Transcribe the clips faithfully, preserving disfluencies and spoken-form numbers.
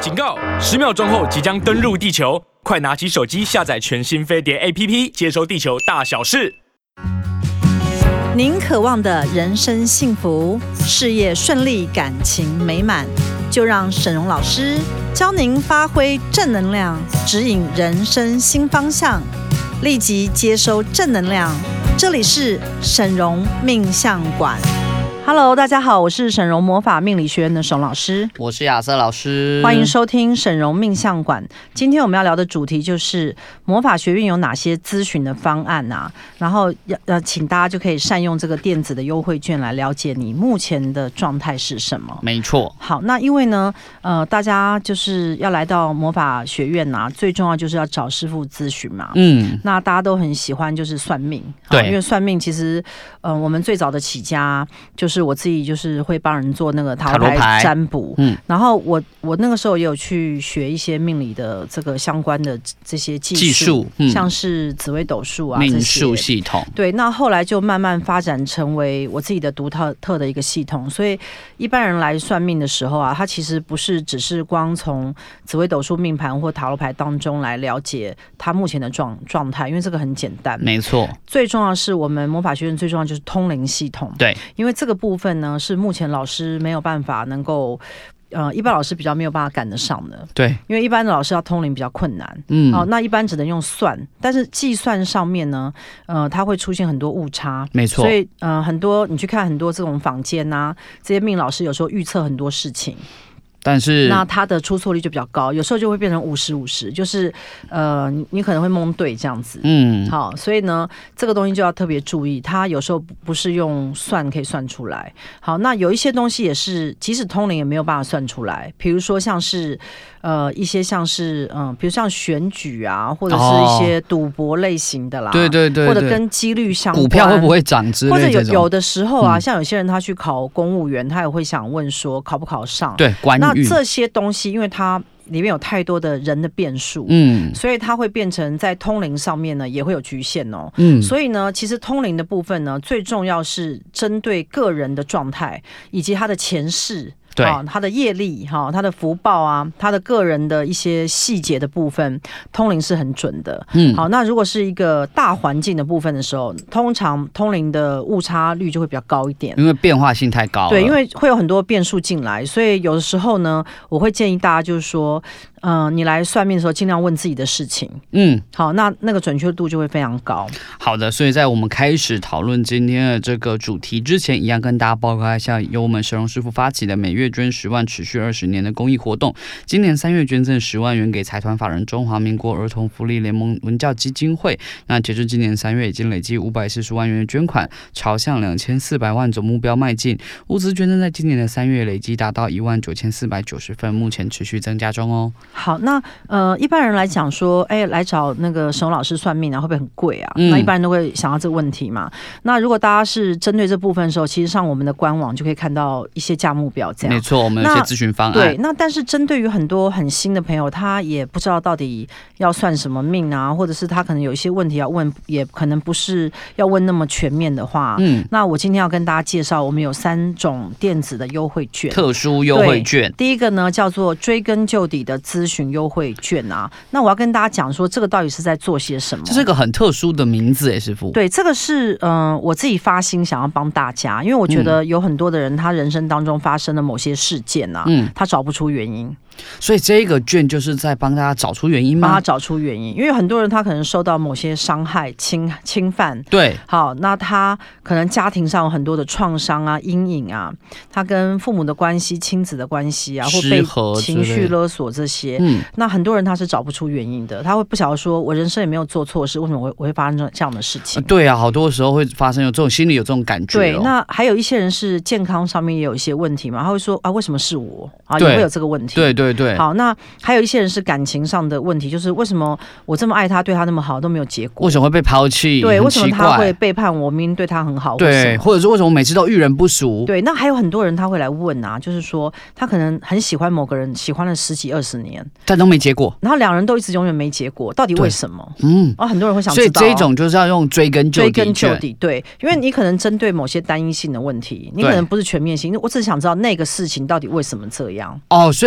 警告！十秒钟后即将登陆地球，快拿起手机下载全新飞碟 A P P， 接收地球大小事。 您渴望的人生幸福、事业顺利、感情美满，就让沈荣老师教您发挥正能量，指引人生新方向。立即接收正能量，这里是沈荣命相馆。Hello， 大家好，我是沈荣魔法命理学院的沈老师， 我是亚瑟老师， 欢迎收听沈荣命相馆。今天我们要聊的主题就是魔法学院有哪些咨询的方案啊？然后要要请大家就可以善用这个电子的优惠券来了解你目前的状态是什么。 没错。 好，那因为呢，呃，大家就是要来到魔法学院啊，最重要就是要找师傅咨询嘛。嗯，那大家都很喜欢就是算命，对，因为算命其实，呃，我们最早的起家就是。是我自己就是会帮人做那个塔罗牌占卜，嗯，然后我我那个时候也有去学一些命理的这个相关的这些技术，技术嗯、像是紫微斗数啊、 命数系统， 对，那后来就慢慢发展成为我自己的独特特的一个系统。所以一般人来算命的时候啊，他其实不是只是光从紫微斗数命盘或塔罗牌当中来了解他目前的状状态，因为这个很简单， 没错。 最重要的是我们魔法学院最重要就是通灵系统， 对， 因为这个部分呢，是目前老师没有办法能够，呃，一般老师比较没有办法赶得上的。对，因为一般的老师要通灵比较困难。嗯，好、哦，那一般只能用算，但是计算上面呢，呃，它会出现很多误差。没错。所以，呃，很多你去看很多这种坊间啊，这些命老师有时候预测很多事情。但是那它的出错率就比较高，有时候就会变成五十五十，就是呃你，你可能会蒙对这样子。嗯，好，所以呢，这个东西就要特别注意，它有时候不是用算可以算出来。好，那有一些东西也是，即使通灵也没有办法算出来，比如说像是呃一些像是嗯、呃，比如像选举啊，或者是一些赌博类型的啦，对对 对, 对，或者跟几率相关，股票会不会涨之类的，或者有有的时候啊、嗯，像有些人他去考公务员，他也会想问说考不考上，对，关于那这些东西，因为它里面有太多的人的变数，嗯，所以它会变成在通灵上面呢也会有局限哦，嗯，所以呢，其实通灵的部分呢，最重要是针对个人的状态以及他的前世。对、哦，他的业力哈，他的福报啊，他的个人的一些细节的部分，通灵是很准的。嗯，好，那如果是一个大环境的部分的时候，通常通灵的误差率就会比较高一点， 因为变化性太高了。 对，因为会有很多变数进来，所以有的时候呢，我会建议大家就是说，嗯、呃，你来算命的时候，尽量问自己的事情。嗯，好，那那个准确度就会非常高。 好的，所以在我们开始讨论今天的这个主题之前，一样跟大家报告一下，由我们沈荣师傅发起的每月捐十万、持续二十年的公益活动。今年三月捐赠十万元给财团法人中华民国儿童福利联盟文教基金会。那截至今年三月，已经累计五百四十万元的捐款，朝向两千四百万总目标迈进。物资捐赠在今年的三月累计达到一万九千四百九十份，目前持续增加中哦。 好，那呃，一般人来讲说，哎，来找那个沈老师算命啊，会不会很贵啊？嗯、那一般人都会想到这个问题嘛。那如果大家是针对这部分的时候，其实上我们的官网就可以看到一些价目表，这样没错。我们有一些咨询方案。 对，那但是针对于很多很新的朋友，他也不知道到底要算什么命啊，或者是他可能有一些问题要问，也可能不是要问那么全面的话，嗯，那我今天要跟大家介绍，我们有三种电子的优惠券， 特殊优惠券。 第一个呢叫做追根究底的咨询优惠券啊，那我要跟大家讲说，这个到底是在做些什么？ 这是一个很特殊的名字，哎，师傅。 对，这个是嗯、呃，我自己发心想要帮大家，因为我觉得有很多的人，他人生当中发生了某些事件啊，嗯，他找不出原因。 所以这个券就是在帮大家找出原因吗？ 帮他找出原因，因为很多人他可能受到某些伤害、侵侵犯， 对， 好，那他可能家庭上有很多的创伤啊、阴影啊，他跟父母的关系、亲子的关系啊，或被情绪勒索这些，嗯，那很多人他是找不出原因的，他会不晓得说，我人生也没有做错事，为什么我会我会发生这样的事情？ 对啊，好多时候会发生有这种心里有这种感觉、哦。 对，那还有一些人是健康上面也有一些问题嘛，他会说啊，为什么是我啊？也会有这个问题。 对对对。 好，那还有一些人是感情上的问题，就是为什么我这么爱他，对他那么好都没有结果？ 为什么会被抛弃？ 对，为什么他会背叛我？明明对他很好， 对，或者是为什么每次都遇人不淑？ 对，那还有很多人他会来问啊，就是说他可能很喜欢某个人，喜欢了十几二十年， 但都没结果， 然后两人都一直永远没结果，到底为什么？嗯，啊，很多人会想知道、啊， 所以这一种就是要用追根究底， 追根究底，对，因为你可能针对某些单一性的问题，你可能不是全面性，我只是想知道那个事情到底为什么这样。 哦，所以我可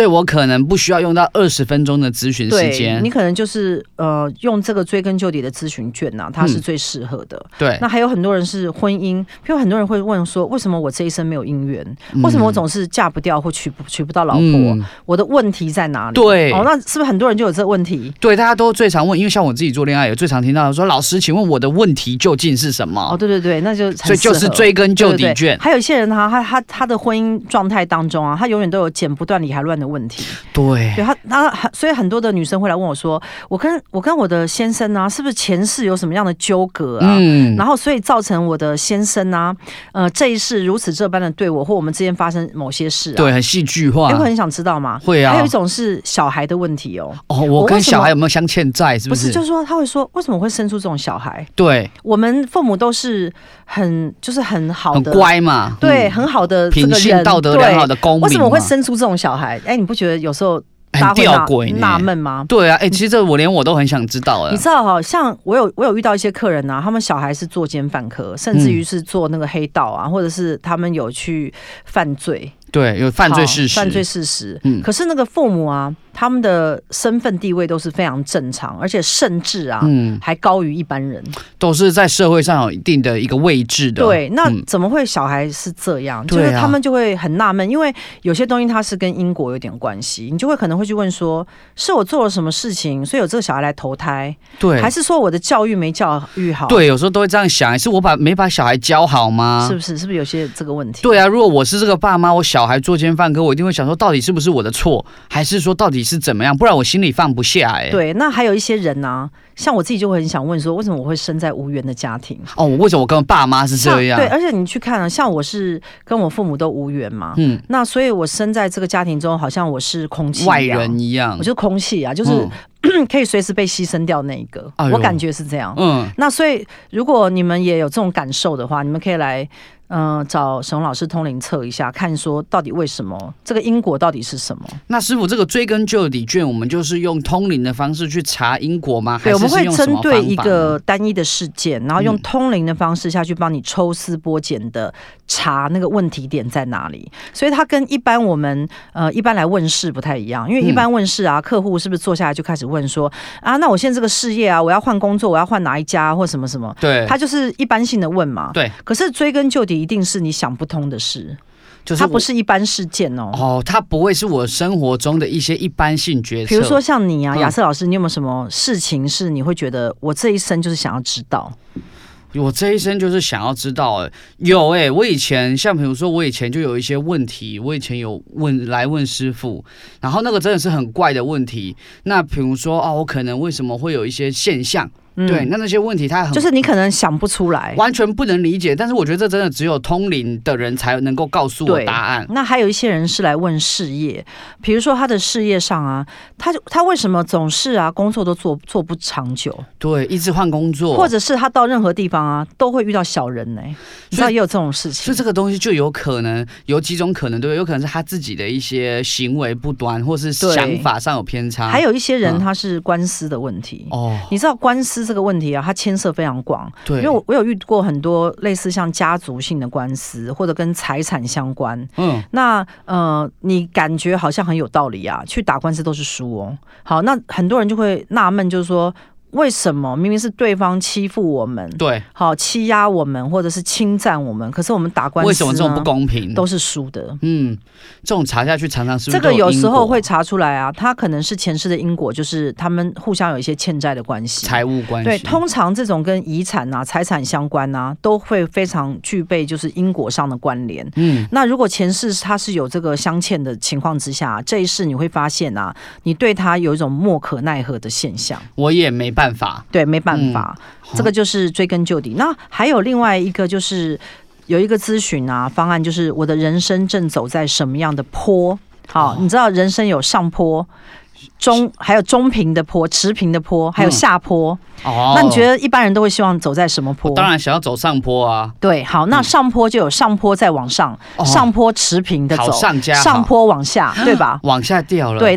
能不需要用到二十分钟的咨询时间， 你可能就是呃用这个追根究底的咨询卷啊，它是最适合的。嗯、 对， 那还有很多人是婚姻，譬如很多人会问说，为什么我这一生没有姻缘？嗯、为什么我总是嫁不掉或娶不娶不到老婆？嗯、我的问题在哪里？ 对， 哦，那是不是很多人就有这个问题？ 对，大家都最常问，因为像我自己做恋爱，也最常听到说，老师，请问我的问题究竟是什么？ 哦，对对对，那就所以就是追根究底卷。对对对， 还有一些人他他他他的婚姻状态当中啊，他永远都有剪不断理还乱的问题。 对， 对他他所以很多的女生会来问我说，我跟我跟我的先生啊，是不是前世有什么样的纠葛啊？嗯，然后所以造成我的先生啊，呃，这一世如此这般的对我，或我们之间发生某些事啊， 对，很戏剧化。 你会很想知道吗？ 会啊。 还有一种是小孩的问题哦。 哦，我跟小孩有没有相欠债？是不是？ 不是，就是说他会说，为什么我会生出这种小孩？ 对， 我们父母都是很就是很好的， 很乖嘛， 对，嗯、很好的这个人， 品性道德良好的公民， 为什么我会生出这种小孩？哎，你不觉得有时候很吊诡、 纳闷吗？ 对啊，哎、欸，其实这我连我都很想知道。哎， 你知道哈，像我有我有遇到一些客人啊，他们小孩是作奸犯科，甚至于是做那个黑道啊，嗯、或者是他们有去犯罪。 对，有犯罪事实， 犯罪事实。嗯，可是那个父母啊，他们的身份地位都是非常正常，而且甚至啊，嗯，还高于一般人， 都是在社会上有一定的一个位置的。 对，那怎么会小孩是这样？嗯、就是他们就会很纳闷，因为有些东西它是跟因果有点关系，你就会可能会去问说，是我做了什么事情，所以有这个小孩来投胎？ 对， 还是说我的教育没教育好？ 对，有时候都会这样想，是我把没把小孩教好吗？ 是不是？是不是有些这个问题？ 对啊，如果我是这个爸妈，我小孩作奸犯科，我一定会想说，到底是不是我的错，还是说到底是怎么样？不然我心里放不下。哎、欸， 对，那还有一些人啊，像我自己就会很想问说，为什么我会生在无缘的家庭？ 哦，为什么我跟我爸妈是这样？ 对，而且你去看啊，像我是跟我父母都无缘嘛，嗯，那所以我生在这个家庭中，好像我是空气外人一样， 我就是空气啊，就是。嗯可以随时被牺牲掉那一个，哎、我感觉是这样。嗯，那所以如果你们也有这种感受的话，你们可以来，嗯、呃，找沈荣老师通灵测一下，看说到底为什么这个因果到底是什么？ 那师傅，这个追根究底卷，我们就是用通灵的方式去查因果吗？ 对， 还是是我们会针对一个单一的事件，然后用通灵的方式下去帮你抽丝剥茧的查那个问题点在哪里。所以它跟一般我们呃一般来问事不太一样，因为一般问事啊，嗯、客户是不是坐下来就开始问说啊，那我现在这个事业啊，我要换工作，我要换哪一家或什么什么？ 对， 他就是一般性的问嘛。 对， 可是追根究底，一定是你想不通的事。就是它不是一般事件哦， 哦，它不会是我生活中的一些一般性决策。 比如说像你啊，亚瑟老师，你有没有什么事情是你会觉得我这一生就是想要知道？ 我这一生就是想要知道、欸，有哎、欸，我以前像比如说，我以前就有一些问题，我以前有问来问师傅，然后那个真的是很怪的问题。那比如说哦，我可能为什么会有一些现象？嗯、对，那那些问题它很就是你可能想不出来， 完全不能理解。但是我觉得这真的只有通灵的人才能够告诉我答案。 那还有一些人是来问事业，比如说他的事业上啊，他他为什么总是啊工作都做做不长久？ 对，一直换工作， 或者是他到任何地方啊都会遇到小人呢、欸。你知道也有这种事情， 所以这个东西就有可能有几种可能，对不对？有可能是他自己的一些行为不端，或是想法上有偏差。 还有一些人他是官司的问题哦、嗯，你知道官司这个问题啊，它牵涉非常广。对，因为我我有遇过很多类似像家族性的官司，或者跟财产相关。嗯，那呃，你感觉好像很有道理啊，去打官司都是输哦。好，那很多人就会纳闷，就是说。为什么明明是对方欺负我们， 对， 好欺压我们，或者是侵占我们，可是我们打官司为什么这种不公平， 都是输的？嗯， 这种查下去常常是不是这个有时候会查出来啊，他可能是前世的因果，就是他们互相有一些欠债的关系， 财务关系。 对，通常这种跟遗产啊、财产相关啊，都会非常具备就是因果上的关联。嗯，那如果前世他是有这个相欠的情况之下，这一世你会发现啊，你对他有一种莫可奈何的现象。 我也没办法， 对，没办法，嗯、这个就是追根究底。那还有另外一个就是有一个咨询啊方案，就是我的人生正走在什么样的坡？好，哦、你知道人生有上坡、中还有中平的坡、持平的坡，还有下坡。嗯、哦，那你觉得一般人都会希望走在什么坡？ 当然想要走上坡啊。 对，好，那上坡就有上坡再往上，嗯、上坡持平的走， 好上加好， 上坡往下，对吧？ 往下掉了。 对，然后。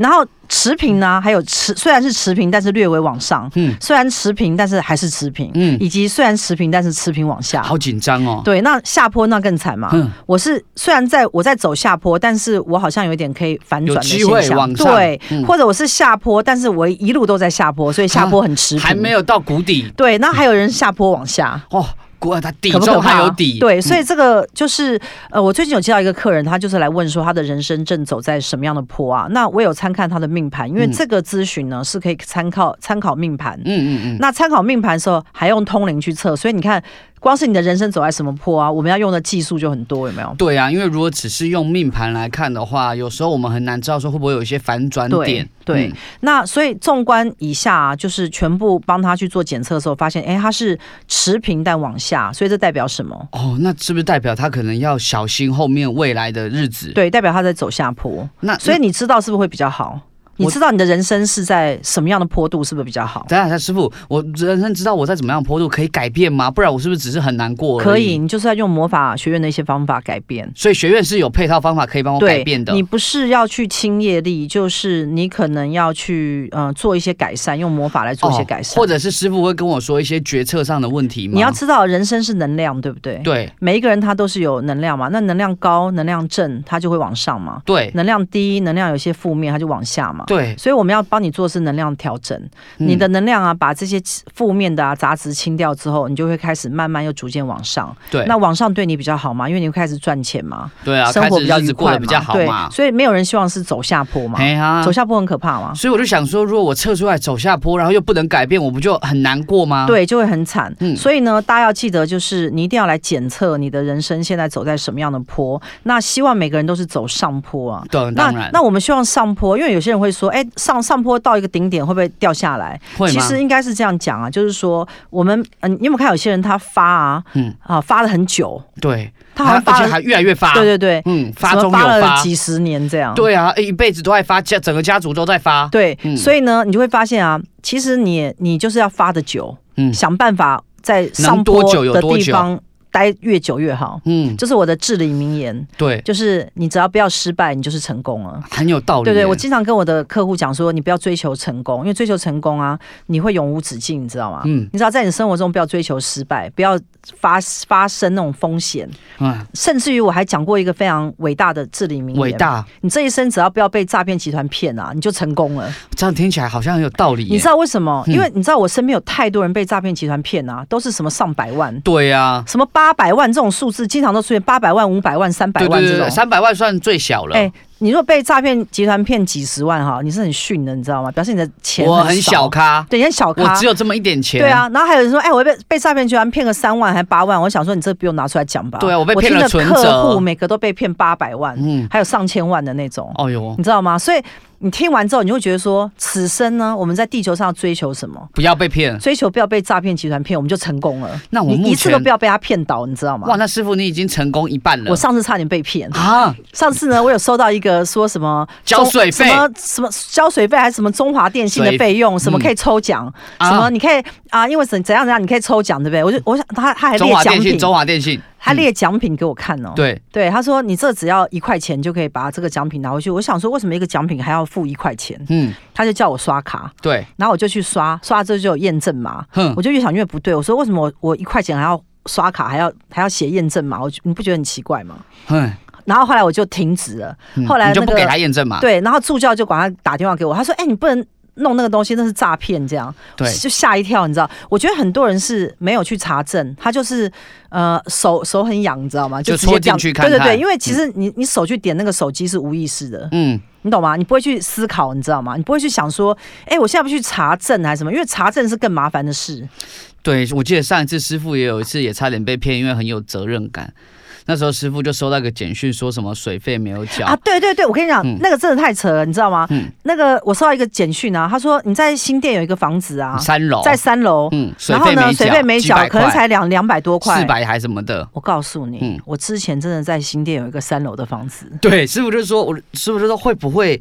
持平呢，还有持虽然是持平，但是略微往上。嗯，虽然持平，但是还是持平。嗯，以及虽然持平，但是持平往下。 好紧张哦。 对，那下坡那更惨嘛。嗯，我是虽然在我在走下坡，但是我好像有一点可以反转的现象。有机会往上。对，嗯、或者我是下坡，但是我一路都在下坡，所以下坡很持平， 还没有到谷底。 对，那还有人下坡往下。哦。 它底中还有底， 对，所以这个就是、嗯、呃，我最近有接到一个客人，他就是来问说他的人生正走在什么样的坡啊？那我有参看他的命盘，因为这个咨询呢是可以参考参考命盘，嗯嗯嗯，那参考命盘的时候还用通灵去测，所以你看。光是你的人生走在什么坡啊，我们要用的技术就很多，有没有？ 对啊，因为如果只是用命盘来看的话，有时候我们很难知道说会不会有一些反转点。 对，对嗯、那所以纵观以下、啊，就是全部帮他去做检测的时候，发现，哎，他是持平但往下，所以这代表什么？ 哦，那是不是代表他可能要小心后面未来的日子？ 对，代表他在走下坡。那所以你知道是不是会比较好？你知道你的人生是在什么样的坡度，是不是比较好？ 等一下，师傅，我人生知道我在怎么样的坡度可以改变吗？不然我是不是只是很难过而已？ 可以，你就是要用魔法学院的一些方法改变。 所以学院是有配套方法可以帮我改变的。 你不是要去清业力，就是你可能要去呃做一些改善，用魔法来做一些改善、 哦，或者是师傅会跟我说一些决策上的问题吗？ 你要知道，人生是能量，对不对？ 对， 每一个人他都是有能量嘛。那能量高、能量正，他就会往上嘛。 对， 能量低、能量有些负面，他就往下嘛。 对， 所以我们要帮你做的是能量调整，嗯、你的能量啊，把这些负面的啊杂质清掉之后，你就会开始慢慢又逐渐往上。 对， 那往上对你比较好嘛，因为你会开始赚钱嘛。 对啊， 生活比较愉快嘛， 比较好嘛。 对，所以没有人希望是走下坡嘛。啊、走下坡很可怕嘛。 所以我就想说，如果我测出来走下坡，然后又不能改变，我不就很难过吗？ 对，就会很惨。嗯，所以呢，大家要记得，就是你一定要来检测你的人生现在走在什么样的坡。那希望每个人都是走上坡啊。 对，当然。 那那我们希望上坡，因为有些人会说，哎，上上坡到一个顶点。会不会掉下来？ 会吗？ 其实应该是这样讲啊，就是说我们，嗯，你有没有看有些人他发啊，嗯啊发了很久， 对， 他好像发而且还越来越发， 对对对， 嗯，发中有发了几十年这样， 对啊，一辈子都在发，家整个家族都在发， 对，嗯、所以呢，你就会发现啊，其实你你就是要发的久，嗯，想办法在上坡的地方。待越久越好，嗯，这是我的至理名言。 对， 就是你只要不要失败，你就是成功了， 很有道理。 对对，我经常跟我的客户讲说，你不要追求成功，因为追求成功啊，你会永无止境，你知道吗？嗯，你知道在你生活中不要追求失败，不要发发生那种风险。嗯，甚至于我还讲过一个非常伟大的至理名言， 伟大， 你这一生只要不要被诈骗集团骗啊，你就成功了。 这样听起来好像很有道理。 你知道为什么？嗯、因为你知道我身边有太多人被诈骗集团骗啊，都是什么上百万， 对啊， 什么八百万这种。数字经常都出现八百万、五百万、三百万这种， 三百万算最小了。哎、欸， 你如果被诈骗集团骗几十万哈，你是很逊的，你知道吗？表示你的钱很我很小咖， 对，你很小咖， 我只有这么一点钱。 对啊，然后还有人说，哎、欸，我被被诈骗集团骗个三万还八万，我想说你这不用拿出来讲吧？ 对啊，我被骗了存折， 我听的客户每个都被骗八百万，嗯，还有上千万的那种。哦呦，你知道吗？所以。你听完之后，你就会觉得说，此生呢，我们在地球上要追求什么？ 不要被骗， 追求不要被诈骗集团骗，我们就成功了。 那我目前你一次都不要被他骗倒，你知道吗？ 哇，那师傅你已经成功一半了。 我上次差点被骗啊！上次呢，我有收到一个说什么交水费， 什么什么交水费，还是什么中华电信的费用，什么可以抽奖，嗯、什么你可以啊，因为怎怎样怎样，你可以抽奖，对不对？我就我想他他还列奖品， 中华电信。 他列奖品给我看哦， 对对，他说你这只要一块钱就可以把这个奖品拿回去。我想说，为什么一个奖品还要付一块钱？嗯，他就叫我刷卡， 对， 然后我就去刷，刷了之后就有验证码，嗯，我就越想越不对，我说为什么我我一块钱还要刷卡，还要还要写验证码？我你不觉得很奇怪吗？嗯。然后后来我就停止了，后来、那个、 你就不给他验证码， 对，然后助教就管他打电话给我，他说：“哎、欸，你不能。”弄那个东西那是诈骗，这样对， 就吓一跳，你知道？我觉得很多人是没有去查证，他就是呃手手很痒，你知道吗？ 就直接进去看看。 对对对，因为其实你、嗯、你手去点那个手机是无意识的，嗯，你懂吗？你不会去思考，你知道吗？你不会去想说，哎、欸，我现在不去查证还是什么？因为查证是更麻烦的事。 对，我记得上一次师傅也有一次也差点被骗，因为很有责任感。那时候师傅就收到一个简讯，说什么水费没有缴啊？对对对，我跟你讲、嗯，那个真的太扯了，你知道吗？嗯，那个我收到一个简讯啊，他说你在新店有一个房子啊， 三楼， 在三楼， 嗯， 然后呢，水费没缴，可能才两两百多块， 四百还什么的。 我告诉你、嗯，我之前真的在新店有一个三楼的房子。 对，师傅就说，我师傅就说会不会？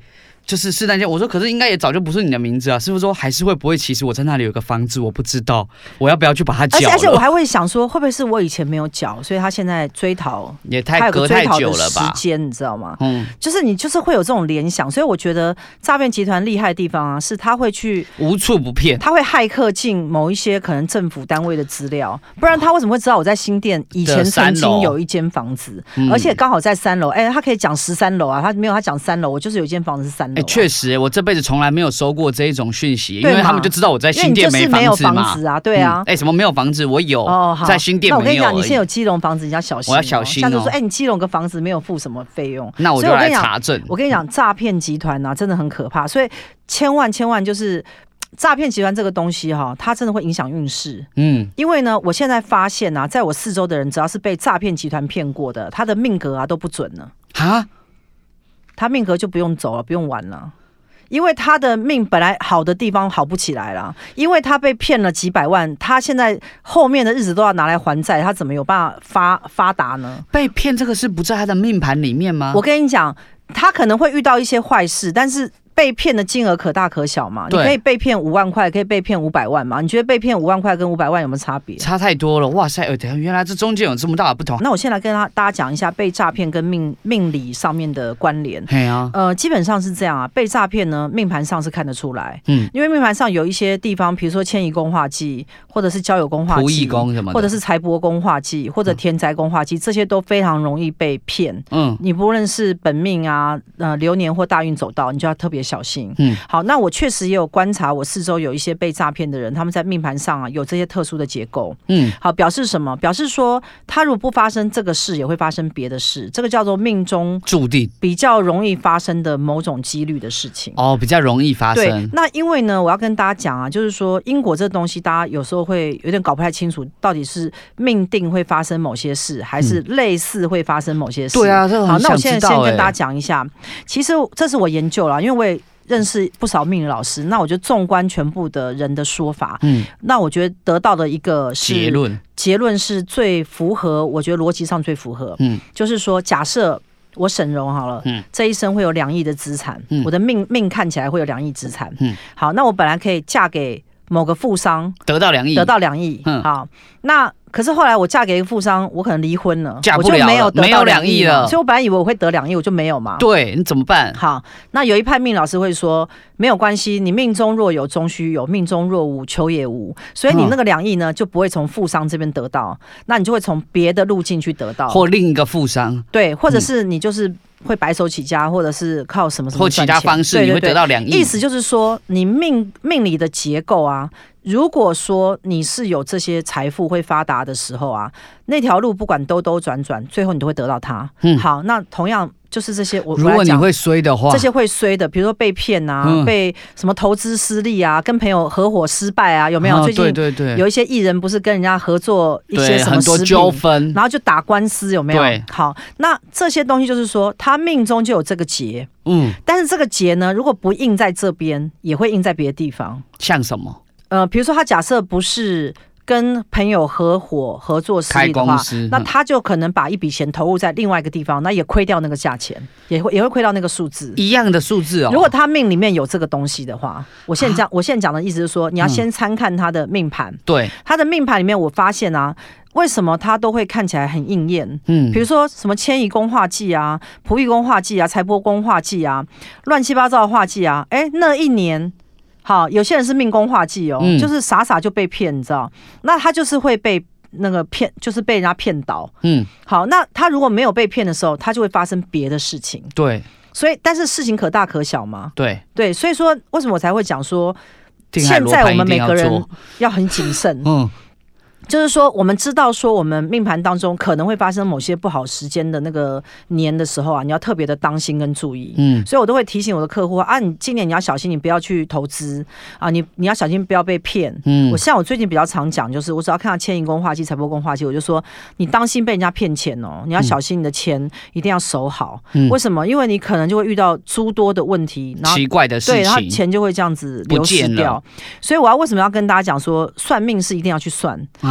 就是是那间，我说可是应该也早就不是你的名字啊。师傅说还是会不会，其实我在那里有个房子，我不知道，我要不要去把它缴了？而且而且我还会想说，会不会是我以前没有缴，所以他现在追讨也太隔太久了吧？ 时间你知道吗？嗯，就是你就是会有这种联想，所以我觉得诈骗集团厉害的地方啊，是他会去无处不骗， 他会骇客进某一些可能政府单位的资料，不然他为什么会知道我在新店以前曾经有一间房子，而且刚好在三楼？哎、欸，他可以讲十三楼啊，他没有他讲三楼，我就是有一间房子是三楼、啊。哎、欸， 确实，我这辈子从来没有收过这一种讯息，因为他们就知道我在新店没房子嘛。 没有房子啊，对啊。 哎、嗯欸，什么没有房子？我有，哦、在新店没有。 那我跟你讲，你现在有基隆房子，你要小心、喔。 我要小心、喔。 像就说，哎、欸，你基隆个房子没有付什么费用， 那我就来查证。 我跟你讲，诈骗集团啊，真的很可怕，所以千万千万就是诈骗集团这个东西哈，它真的会影响运势。嗯，因为呢，我现在发现啊，在我四周的人，只要是被诈骗集团骗过的，他的命格啊都不准了。哈，他命格就不用走了，不用玩了。因为他的命本来好的地方好不起来了，因为他被骗了几百万，他现在后面的日子都要拿来还债，他怎么有办法发发达呢？ 被骗这个是不在他的命盘里面吗？ 我跟你讲，他可能会遇到一些坏事，但是被骗的金额可大可小嘛，你可以被骗五万块，可以被骗五百万嘛？你觉得被骗五万块跟五百万有没有差别？ 差太多了，哇塞！原来这中间有这么大的不同。 那我先来跟大家讲一下被诈骗跟命命理上面的关联。 嘿啊， 呃，基本上是这样啊，被诈骗呢，命盘上是看得出来，嗯，因为命盘上有一些地方，比如说迁移宫化忌，或者是交友宫化忌， 仆役宫什么的， 或者是财帛宫化忌，或者田宅宫化忌，这些都非常容易被骗。嗯，你不论是本命啊，呃，流年或大运走到，你就要特别小心。嗯。好，那我确实也有观察，我四周有一些被诈骗的人，他们在命盘上啊有这些特殊的结构。嗯，好，表示什么？表示说，他如果不发生这个事，也会发生别的事，这个叫做命中注定比较容易发生的某种几率的事情。 哦，比较容易发生。 对，那因为呢，我要跟大家讲啊，就是说因果这东西，大家有时候会有点搞不太清楚，到底是命定会发生某些事，还是类似会发生某些事。 嗯、对啊，这好，那我现在先跟大家讲一下，其实这是我研究了，因为我也认识不少命理老师，那我就纵观全部的人的说法，嗯，那我觉得得到的一个是结论， 结论是最符合，我觉得逻辑上最符合，嗯，就是说，假设我沈荣好了，嗯，这一生会有两亿的资产，嗯，我的命命看起来会有两亿资产，嗯，好，那我本来可以嫁给某个富商， 得到两亿， 得到两亿，嗯，好，那。可是后来我嫁给一个富商，我可能离婚了， 嫁不了了， 我就没有得到两亿了。 所以我本来以为我会得两亿，我就没有嘛。 对，你怎么办？ 好，那有一派命老师会说，没有关系，你命中若有终须有，命中若无求也无。所以你那个两亿呢，就不会从富商这边得到，那你就会从别的路径去得到， 或另一个富商。 对，或者是你就是会白手起家，或者是靠什么什么或其他方式，你会得到两亿。 意思就是说，你命命里的结构啊。如果说你是有这些财富会发达的时候啊，那条路不管兜兜转转，最后你都会得到它。嗯，好，那同样就是这些我， 如果你会衰的话， 这些会衰的，比如说被骗啊，嗯、被什么投资失利啊，跟朋友合伙失败啊，有没有？ 哦、 最近对对对， 有一些艺人不是跟人家合作一些什么很多纠纷， 然后就打官司，有没有？ 对， 好，那这些东西就是说，他命中就有这个劫，嗯，但是这个劫呢，如果不印在这边，也会印在别的地方， 像什么？ 呃，比如说他假设不是跟朋友合伙合作失利的话，那他就可能把一笔钱投入在另外一个地方，那也亏掉那个价钱，也会也会亏到那个数字， 一样的数字哦。 如果他命里面有这个东西的话，我现在讲、啊、我现在讲的意思是说，你要先参看他的命盘、嗯， 对， 他的命盘里面，我发现啊。为什么它都会看起来很应验？嗯，比如说什么迁移宫化忌啊、仆役宫化忌啊、财帛宫化忌啊、乱七八糟的化忌啊，哎，那一年。好，有些人是命宫化忌哦、嗯，就是傻傻就被骗，你知道？那他就是会被那个骗，就是被人家骗倒。嗯，好，那他如果没有被骗的时候，他就会发生别的事情。 对， 所以但是事情可大可小嘛。 对对，所以说为什么我才会讲说，现在我们每个人要很谨慎。嗯。就是说，我们知道说，我们命盘当中可能会发生某些不好时间的那个年的时候啊，你要特别的当心跟注意。嗯，所以我都会提醒我的客户啊，你今年你要小心，你不要去投资啊，你你要小心不要被骗。嗯，我像我最近比较常讲，就是我只要看到迁移宫化忌、财帛宫化忌，我就说你当心被人家骗钱哦，你要小心你的钱一定要守好。嗯，为什么？因为你可能就会遇到诸多的问题，然后奇怪的事情， 对，然后钱就会这样子流失掉。所以我要为什么要跟大家讲说，算命是一定要去算啊。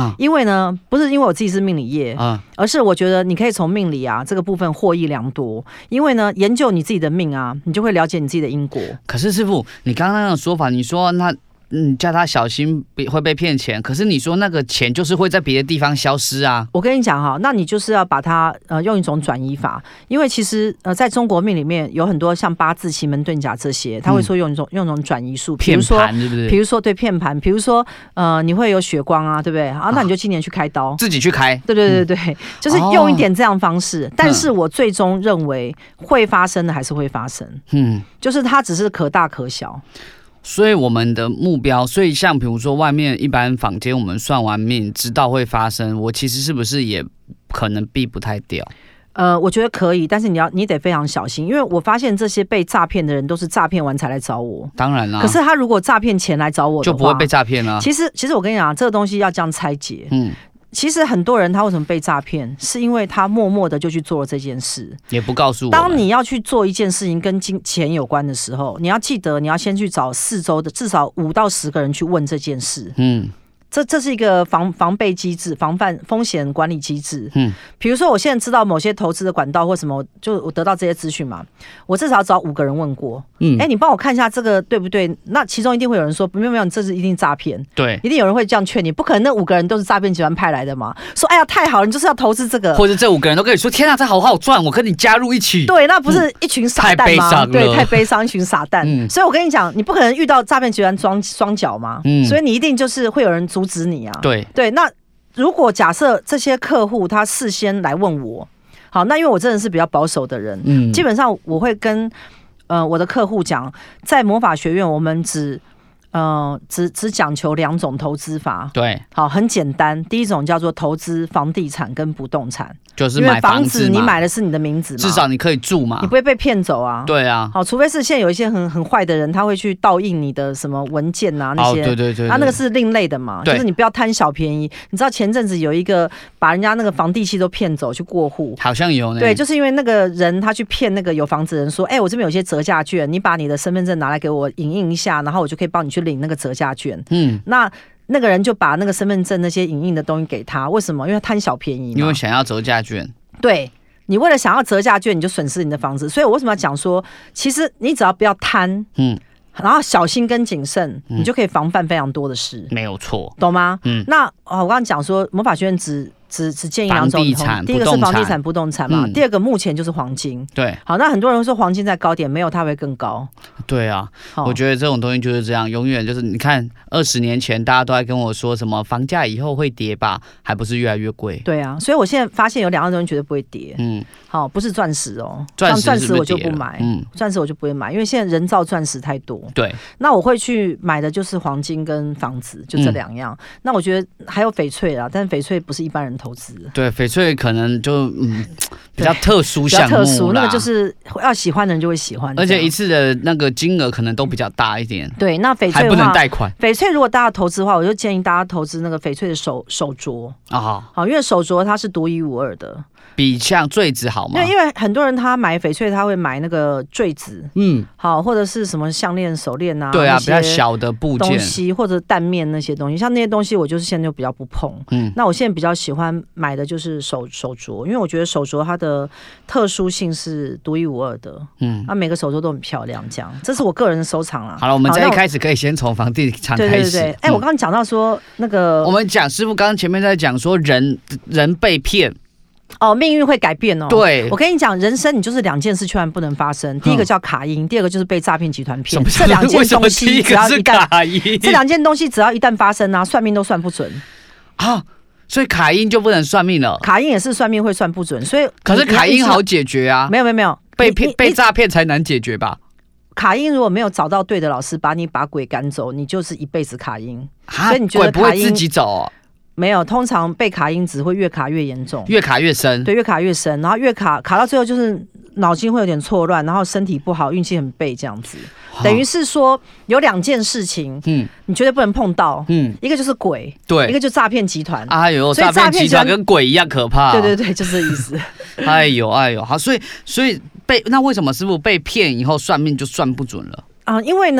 嗯，因为呢，不是因为我自己是命理业，嗯，而是我觉得你可以从命理啊这个部分获益良多。因为呢，研究你自己的命啊，你就会了解你自己的因果。 可是师傅，你刚刚那种说法，你说那。嗯，叫他小心会被骗钱，可是你说那个钱就是会在别的地方消失啊。 我跟你讲哈，那你就是要把它呃用一种转移法，因为其实呃在中国命里面有很多像八字、奇门遁甲这些，他会说用一种、嗯、用一种转移术， 骗盘对不对？ 比如说对骗盘，比如说呃你会有血光啊，对不对？啊，那你就今年去开刀，啊、 自己去开。 对对对对，嗯、就是用一点这样方式。哦、但是我最终认为会发生的还是会发生，嗯，就是它只是可大可小。 所以我们的目标，所以像比如说外面一般坊间，我们算完命知道会发生，我其实是不是也可能避不太掉？ 呃，我觉得可以，但是你要你得非常小心，因为我发现这些被诈骗的人都是诈骗完才来找我。 当然啦， 可是他如果诈骗前来找我的话， 就不会被诈骗了。 其实，其实我跟你讲，这个东西要这样拆解。嗯。其实很多人他为什么被诈骗，是因为他默默的就去做了这件事， 也不告诉我。 当你要去做一件事情跟金钱有关的时候，你要记得你要先去找四周的至少五到十个人去问这件事。嗯。这这是一个防防备机制，防范风险管理机制。嗯，比如说我现在知道某些投资的管道或什么，就我得到这些资讯嘛，我至少要找五个人问过。嗯，哎、欸，你帮我看一下这个对不对？那其中一定会有人说没有没有，你这是一定诈骗。 对， 一定有人会这样劝你，不可能那五个人都是诈骗集团派来的嘛？说哎呀太好了，你就是要投资这个， 或者这五个人都跟你说天啊，这好好赚，我跟你加入一起。 对，那不是一群傻蛋吗？ 嗯、太对，太悲伤，一群傻蛋。嗯、所以我跟你讲，你不可能遇到诈骗集团装双脚嘛。嗯，所以你一定就是会有人阻止你啊。 对。 对，那如果假设这些客户他事先来问我，好，那因为我真的是比较保守的人，嗯，基本上我会跟呃我的客户讲，在魔法学院我们只呃只只讲求两种投资法， 对， 好，很简单，第一种叫做投资房地产跟不动产。 就是买房子， 因为房子你买的是你的名字嘛， 至少你可以住嘛， 你不会被骗走啊。 对啊， 好，除非是现在有一些很很坏的人，他会去盗印你的什么文件啊那些， 哦、对对 对, 對， 他那个是另类的嘛，就是你不要贪小便宜。你知道前阵子有一个把人家那个房地契都骗走去过户， 好像有呢。 对，就是因为那个人他去骗那个有房子的人说，哎、欸，我这边有些折价券，你把你的身份证拿来给我影印一下，然后我就可以帮你去领那个折价券。嗯，那。那个人就把那个身份证那些影印的东西给他，为什么？因为他贪小便宜嘛， 因为想要折价券。 对，你为了想要折价券，你就损失你的房子。所以我为什么要讲说，其实你只要不要贪，嗯，然后小心跟谨慎，嗯、你就可以防范非常多的事。 没有错， 懂吗？嗯，那哦，我刚刚讲说魔法学院只。只只建议两种，第一个是房地产、不动产嘛，嗯、第二个目前就是黄金。 对， 好，那很多人会说黄金在高点，没有它会更高。 对啊，我觉得这种东西就是这样，永远就是你看二十年前大家都在跟我说什么房价以后会跌吧，还不是越来越贵。 对啊，所以我现在发现有两样东西绝对不会跌。嗯，好，不是钻石哦， 钻石钻石我就不买，嗯，钻石我就不会买，因为现在人造钻石太多。 对， 那我会去买的就是黄金跟房子，就这两样。嗯、那我觉得还有翡翠啦，但是翡翠不是一般人投资。 对。翡翠可能就嗯比较特殊项目啦， 比较特殊，那个就是要喜欢的人就会喜欢， 而且一次的那个金额可能都比较大一点。 对，那翡翠还不能贷款。 翡翠如果大家投资的话，我就建议大家投资那个翡翠的手手镯啊，好，因为手镯它是独一无二的。 比像坠子好吗？ 因为因为很多人他买翡翠，他会买那个坠子，嗯，好，或者是什么项链、手链啊， 对啊，比较小的部件东西，或者蛋面那些东西，像那些东西，我就是现在就比较不碰。嗯，那我现在比较喜欢买的就是手手镯，因为我觉得手镯它的特殊性是独一无二的。嗯，那、啊、每个手镯都很漂亮，这样，这是我个人的收藏啦。 好了，我们在一开始可以先从房地产开始。对对对， 哎、欸，我刚刚讲到说那个， 我们讲师傅刚刚前面在讲说人人被骗。 哦，命运会改变哦。 对， 我跟你讲，人生你就是两件事千万不能发生。第一个叫卡因，第二个就是被诈骗集团骗。这两件东西只要一旦，这两件东西只要一旦发生啊，算命都算不准啊。所以卡因就不能算命了。 卡因也是算命会算不准，所以可是卡因好解决啊。 没有没有没有， 被骗被诈骗才难解决吧？ 卡因如果没有找到对的老师，把你把鬼赶走，你就是一辈子卡因。所以你觉得鬼不会自己走哦？ 没有，通常被卡因只会越卡越严重， 越卡越深。对， 越卡越深，然后越卡卡到最后就是脑筋会有点错乱，然后身体不好，运气很背这样子。等于是说有两件事情，嗯，你绝对不能碰到，嗯，一个就是鬼，对，一个就是诈骗集团。 哎呦，诈骗集团跟鬼一样可怕。 对对对，就是这意思。 哎呦哎呦，好，所以所以被那为什么师傅被骗以后算命就算不准了啊、呃？因为呢。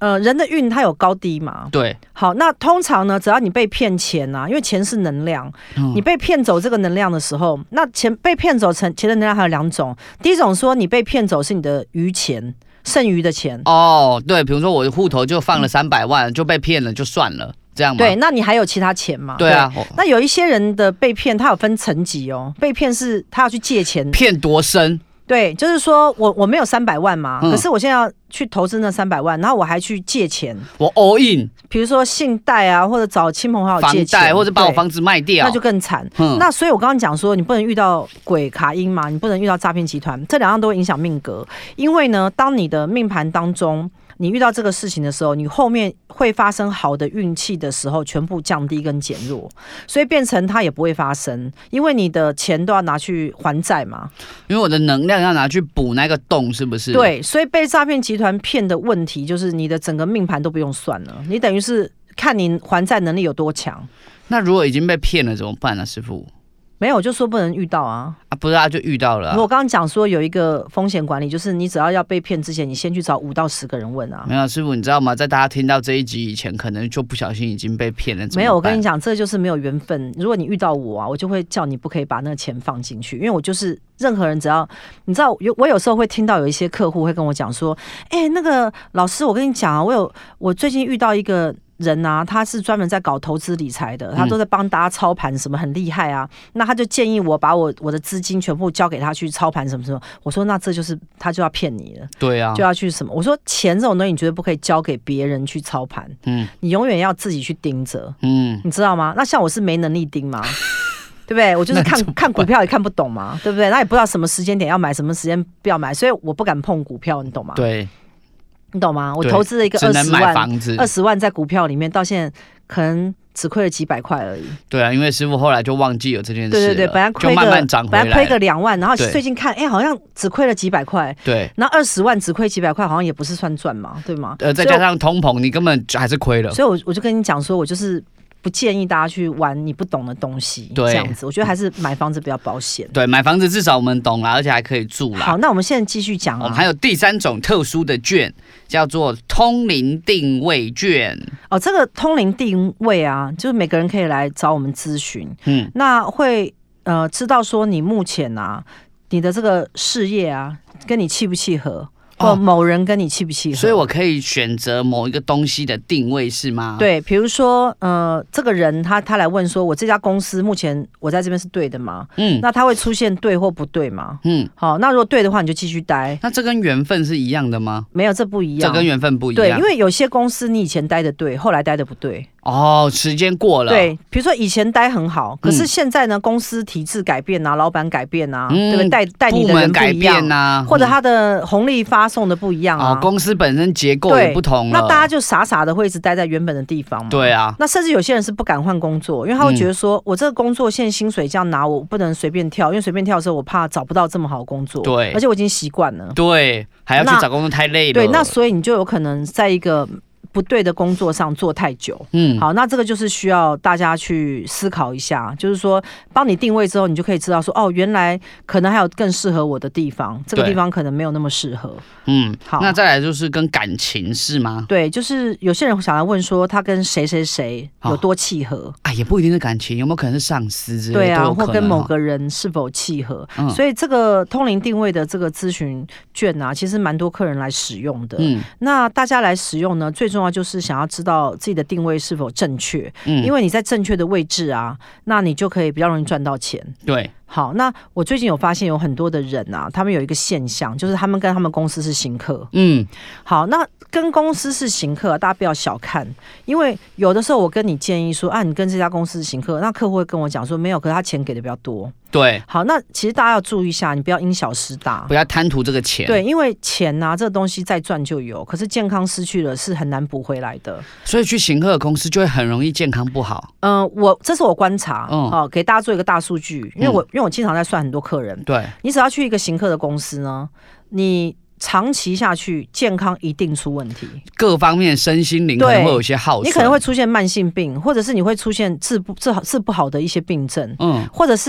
呃，人的运它有高低嘛？ 对。 好，那通常呢，只要你被骗钱啊，因为钱是能量，嗯、你被骗走这个能量的时候，那钱被骗走钱的能量还有两种。第一种说你被骗走是你的余钱，剩余的钱。 哦，对，比如说我的户头就放了三百万、嗯，就被骗了，就算了。这样吗？ 对，那你还有其他钱吗？ 对啊。 对，那有一些人的被骗，他有分层级哦。被骗是他要去借钱， 骗多深？ 对，就是说我我没有三百万嘛、嗯，可是我现在要去投资那三百万，然后我还去借钱， 我 all in， 比如说信贷啊，或者找亲朋好友借钱， 房贷或者把我房子卖掉， 那就更惨、嗯。那所以我刚刚讲说，你不能遇到鬼卡阴嘛，你不能遇到诈骗集团，这两样都会影响命格。因为呢，当你的命盘当中，你遇到这个事情的时候，你后面会发生好的运气的时候，全部降低跟减弱，所以变成它也不会发生，因为你的钱都要拿去还债嘛。 因为我的能量要拿去补那个洞，是不是？ 对，所以被诈骗集团骗的问题就是你的整个命盘都不用算了，你等于是看你还债能力有多强。 那如果已经被骗了怎么办呢、啊，师父？ 没有，我就说不能遇到啊！ 啊，不是啊，就遇到了、啊。 我刚刚讲说有一个风险管理，就是你只要要被骗之前，你先去找五到十个人问啊。 没有，师傅，你知道吗？在大家听到这一集以前，可能就不小心已经被骗了。 没有，我跟你讲，这就是没有缘分。如果你遇到我啊，我就会叫你不可以把那个钱放进去，因为我就是任何人只要你知道，我有时候会听到有一些客户会跟我讲说，哎、欸，那个老师，我跟你讲啊，我有我最近遇到一个人啊，他是专门在搞投资理财的，他都在帮大家操盘，什么很厉害啊。那他就建议我把我我的资金全部交给他去操盘什么什么。我说那这就是他就要骗你了，对啊，就要去什么？我说钱这种东西你绝对不可以交给别人去操盘，嗯，你永远要自己去盯着，嗯，你知道吗？那像我是没能力盯吗？对不对？我就是看看股票也看不懂嘛，对不对？那也不知道什么时间点要买，什么时间不要买，所以我不敢碰股票，你懂吗？ 对。 你懂吗？我投资了一个二十万，二十万在股票里面，到现在可能只亏了几百块而已。 对啊，因为师傅后来就忘记有这件事了。 对对对，本来亏个就慢慢涨回来， 本来亏个两万，然后最近看，哎，好像只亏了几百块。 对， 然后二十万只亏几百块，好像也不是算赚嘛，对吗？ 呃，再加上通膨，你根本还是亏了。 所以我我就跟你讲说，我就是不建议大家去玩你不懂的东西，这样子，我觉得还是买房子比较保险。 对，买房子至少我们懂啦，而且还可以住啦。 好，那我们现在继续讲啊。 我们还有第三种特殊的券，叫做通灵定位券。 哦，这个通灵定位啊，就是每个人可以来找我们咨询，嗯，那会呃知道说你目前啊，你的这个事业啊，跟你契不契合？或某人跟你契不契合， 所以我可以选择某一个东西的定位是吗？ 对，比如说，呃，这个人他他来问说，我这家公司目前我在这边是对的吗？嗯，那他会出现对或不对吗？嗯，好，那如果对的话，你就继续待。 那这跟缘分是一样的吗？ 没有，这不一样， 这跟缘分不一样。 对，因为有些公司你以前待的对，后来待的不对。 哦，时间过了。 对，比如说以前待很好，可是现在呢，嗯、公司体制改变啊，老板改变啊，嗯、对不对？带带你的人不一样啊， 或者他的红利发送的不一样啊， 哦、公司本身结构也不同了。 那大家就傻傻的会一直待在原本的地方嘛。 对啊。 那甚至有些人是不敢换工作，因为他会觉得说，嗯、我这个工作现在薪水这样拿，我不能随便跳，因为随便跳的时候，我怕找不到这么好的工作。 对， 而且我已经习惯了。 对，还要去找工作太累了。 对，那所以你就有可能在一个不对的工作上做太久，嗯，好，那这个就是需要大家去思考一下，就是说帮你定位之后，你就可以知道说，哦，原来可能还有更适合我的地方，这个地方可能没有那么适合， 嗯，好，那再来就是跟感情是吗？ 对，就是有些人想来问说，他跟谁谁谁有多契合啊，也不一定是感情，有没有可能是上司之类的？ 对啊，或跟某个人是否契合？嗯，所以这个通灵定位的这个咨询券啊，其实蛮多客人来使用的，嗯，那大家来使用呢，最重要就是想要知道自己的定位是否正确，嗯，因为你在正确的位置啊，那你就可以比较容易赚到钱。 对， 好，那我最近有发现有很多的人啊，他们有一个现象，就是他们跟他们公司是行客，嗯，好，那跟公司是行客，大家不要小看，因为有的时候我跟你建议说，啊，你跟这家公司是行客，那客户会跟我讲说没有，可是他钱给的比较多。 对， 好，那其实大家要注意一下，你不要因小失大， 不要贪图这个钱。 对，因为钱啊，这个东西再赚就有，可是健康失去了是很难补回来的。 所以去行客的公司就会很容易健康不好。 嗯、呃，我这是我观察，嗯，好、哦，给大家做一个大数据，因为我、嗯、因为我经常在算很多客人， 对， 你只要去一个行客的公司呢，你长期下去，健康一定出问题， 各方面身心灵可能会有一些耗损， 你可能会出现慢性病，或者是你会出现治不治好治不好的一些病症，嗯，或者是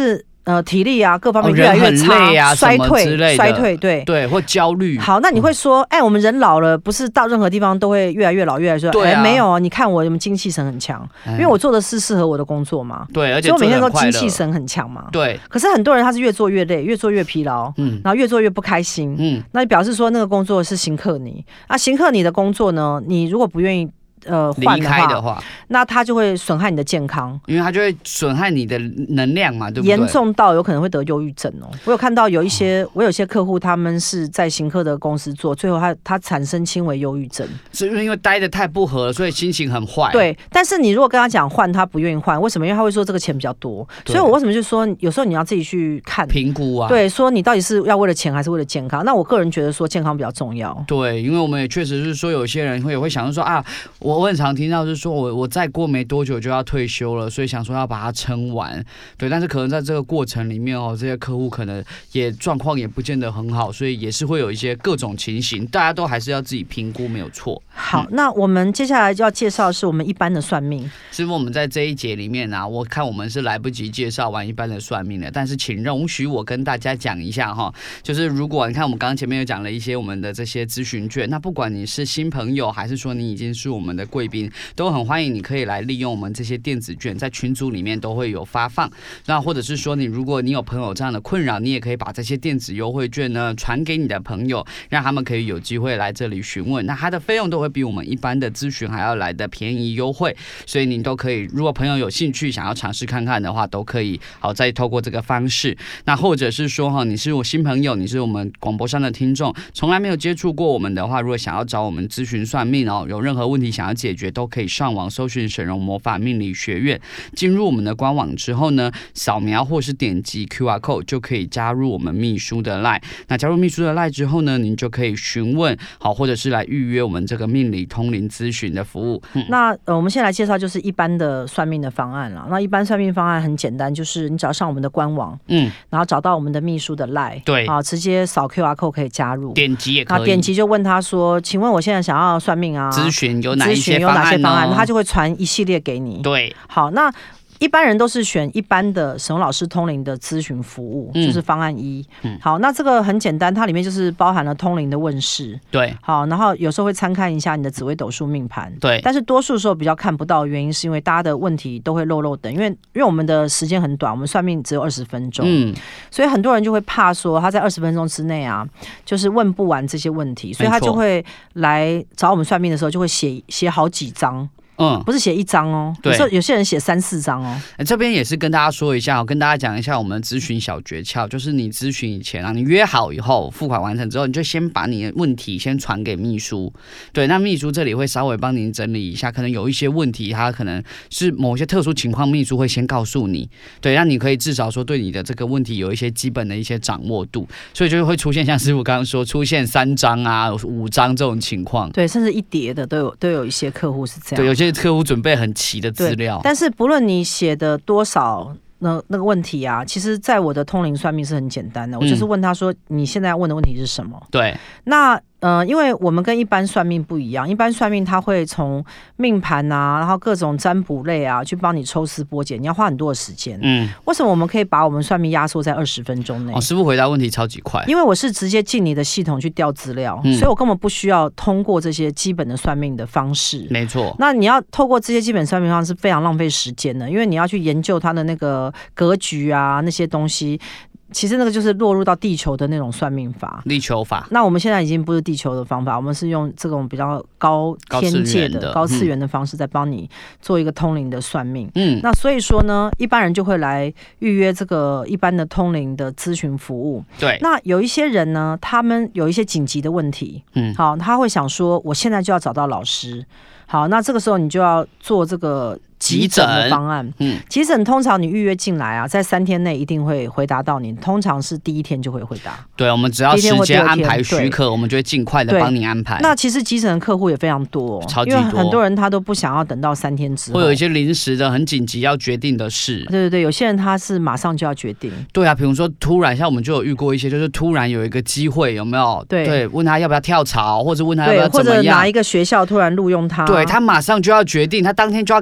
呃，体力啊，各方面越来越差， 哦啊、 衰退之类的， 衰退，对对，或焦虑。 好，那你会说，哎、嗯欸，我们人老了，不是到任何地方都会越来越老，越来越衰？ 对、啊欸，没有啊，你看我，我们精气神很强，因为我做的是适合我的工作嘛。 对，而且所以我每天都精气神很强嘛。 对。 可是很多人他是越做越累，越做越疲劳，嗯，然后越做越不开心，嗯，那表示说那个工作是刑克你啊，刑克你的工作呢，你如果不愿意。呃，换的话，的话那它就会损害你的健康， 因为它就会损害你的能量嘛，对不对？ 严重到有可能会得忧郁症哦。我有看到有一些，哦、我有些客户他们是在刑科的公司做，最后他他产生轻微忧郁症， 是因为待得太不合了，所以心情很坏。 对，但是你如果跟他讲换，他不愿意换，为什么？因为他会说这个钱比较多，所以我为什么就说有时候你要自己去看评估啊， 对，说你到底是要为了钱还是为了健康？那我个人觉得说健康比较重要。 对，因为我们也确实是说有些人会也会想说啊，我我很常听到是。说我我再过没多久就要退休了，所以想说要把它撑完，对，但是可能在这个过程里面哦，这些客户可能也状况也不见得很好，所以也是会有一些各种情形，大家都还是要自己评估，没有错。 好，嗯、那我们接下来就要介绍的是我们一般的算命。 师傅，我们在这一节里面啊，我看我们是来不及介绍完一般的算命的，但是请容许我跟大家讲一下哈，就是如果你看我们刚刚前面有讲了一些我们的这些咨询券，那不管你是新朋友还是说你已经是我们的贵宾，都很欢迎你可以来利用我们这些电子券，在群组里面都会有发放。那或者是说你如果你有朋友这样的困扰，你也可以把这些电子优惠券呢传给你的朋友，让他们可以有机会来这里询问。那它的费用都会比我们一般的咨询还要来的便宜优惠，所以你都可以，如果朋友有兴趣想要尝试看看的话，都可以好再透过这个方式。那或者是说哈，你是我新朋友，你是我们广播上的听众，从来没有接触过我们的话，如果想要找我们咨询算命哦，有任何问题想要解决，都可以上网搜寻沈嶸魔法命理学院，进入我们的官网之后呢，扫描或是点击 Q R code 就可以加入我们秘书的 LINE。那加入秘书的 LINE 之后呢，您就可以询问好，或者是来预约我们这个命理通灵咨询的服务。嗯、 那呃，我们先来介绍就是一般的算命的方案啦。那一般算命方案很简单，就是你只要上我们的官网，嗯，然后找到我们的秘书的 LINE， 对， 啊，直接扫 Q R code 可以加入， 点击也可以。 那点击就问他说：“请问我现在想要算命啊， 咨询有哪一些方案、哦？有哪些方案？” 那他就会传一系列给你。 对， 好，那一般人都是选一般的沈嶸老师通灵的咨询服务，嗯、就是方案一。嗯、好，那这个很简单，它里面就是包含了通灵的问世。 对， 好，然后有时候会参看一下你的紫微斗数命盘。 对， 但是多数时候比较看不到的原因，是因为大家的问题都会漏漏等，因为因为我们的时间很短，我们算命只有二十分钟，嗯，所以很多人就会怕说他在二十分钟之内啊，就是问不完这些问题，所以他就会来找我们算命的时候，就会写写好几张。嗯，不是写一张哦，有时候有些人写三四张哦。 这边也是跟大家说一下，我跟大家讲一下我们咨询小诀窍，就是你咨询以前啊，你约好以后，付款完成之后，你就先把你的问题先传给秘书。对，那秘书这里会稍微帮您整理一下，可能有一些问题，他可能是某些特殊情况，秘书会先告诉你。对，让你可以至少说对你的这个问题有一些基本的一些掌握度，所以就会出现像师傅刚刚说，出现三张啊、五张这种情况。 对，甚至一叠的都有，都有一些客户是这样。 对，有些客户准备很齐的资料， 但是不论你写的多少那那个问题啊，其实在我的通灵算命是很简单的，我就是问他说你现在要问的问题是什么？ 对， 那呃，因为我们跟一般算命不一样，一般算命他会从命盘啊，然后各种占卜类啊，去帮你抽丝剥茧，你要花很多的时间。嗯，为什么我们可以把我们算命压缩在二十分钟内？ 哦，师傅回答问题超级快， 因为我是直接进你的系统去调资料，嗯、所以我根本不需要通过这些基本的算命的方式。 没错， 那你要透过这些基本算命方式是非常浪费时间的，因为你要去研究它的那个格局啊，那些东西。其实那个就是落入到地球的那种算命法， 地球法。 那我们现在已经不是地球的方法，我们是用这种比较高天界的、高次元的方式，在帮你做一个通灵的算命。嗯，那所以说呢，一般人就会来预约这个一般的通灵的咨询服务。 对。 那有一些人呢，他们有一些紧急的问题，嗯，好，他会想说，我现在就要找到老师。好，那这个时候你就要做这个急诊的方案。嗯，急诊通常你预约进来啊，在三天内一定会回答到你，通常是第一天就会回答。 对，我们只要时间安排许可，我们就会尽快的帮你安排。 那其实急诊的客户也非常多、哦， 超级多， 因为很多人他都不想要等到三天之后， 会有一些临时的、很紧急要决定的事。 对对对，有些人他是马上就要决定。 对啊，比如说突然，像我们就有遇过一些，就是突然有一个机会，有没有？ 对对， 问他要不要跳槽，或者问他要不要怎么样， 或者哪一个学校突然录用他， 对他马上就要决定，他当天就要给人家答